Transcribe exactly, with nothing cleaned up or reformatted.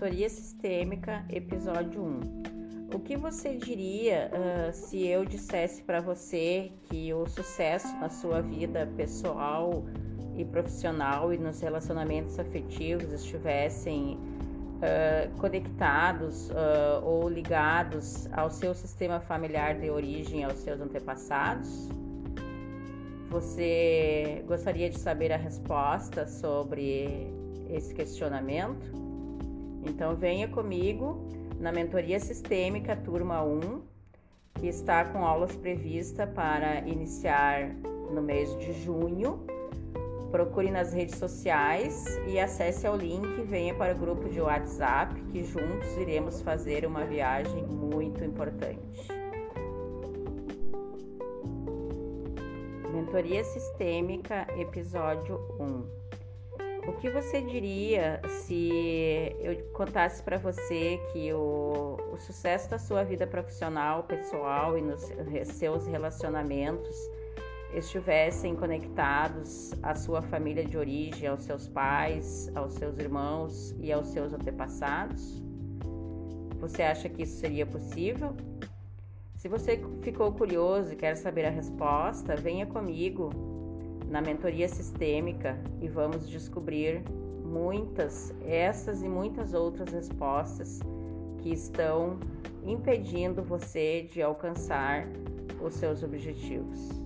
Mentoria Sistêmica, episódio um. O que você diria uh, se eu dissesse para você que o sucesso na sua vida pessoal e profissional e nos relacionamentos afetivos estivessem uh, conectados uh, ou ligados ao seu sistema familiar de origem, aos seus antepassados? Você gostaria de saber a resposta sobre esse questionamento? Então venha comigo na Mentoria Sistêmica Turma um, que está com aulas previstas para iniciar no mês de junho. Procure nas redes sociais e acesse ao link e venha para o grupo de WhatsApp, que juntos iremos fazer uma viagem muito importante. Mentoria Sistêmica, episódio um. O que você diria se eu contasse para você que o, o sucesso da sua vida profissional, pessoal e nos seus relacionamentos estivessem conectados à sua família de origem, aos seus pais, aos seus irmãos e aos seus antepassados? Você acha que isso seria possível? Se você ficou curioso e quer saber a resposta, venha comigo na Mentoria Sistêmica e vamos descobrir muitas, essas e muitas outras respostas que estão impedindo você de alcançar os seus objetivos.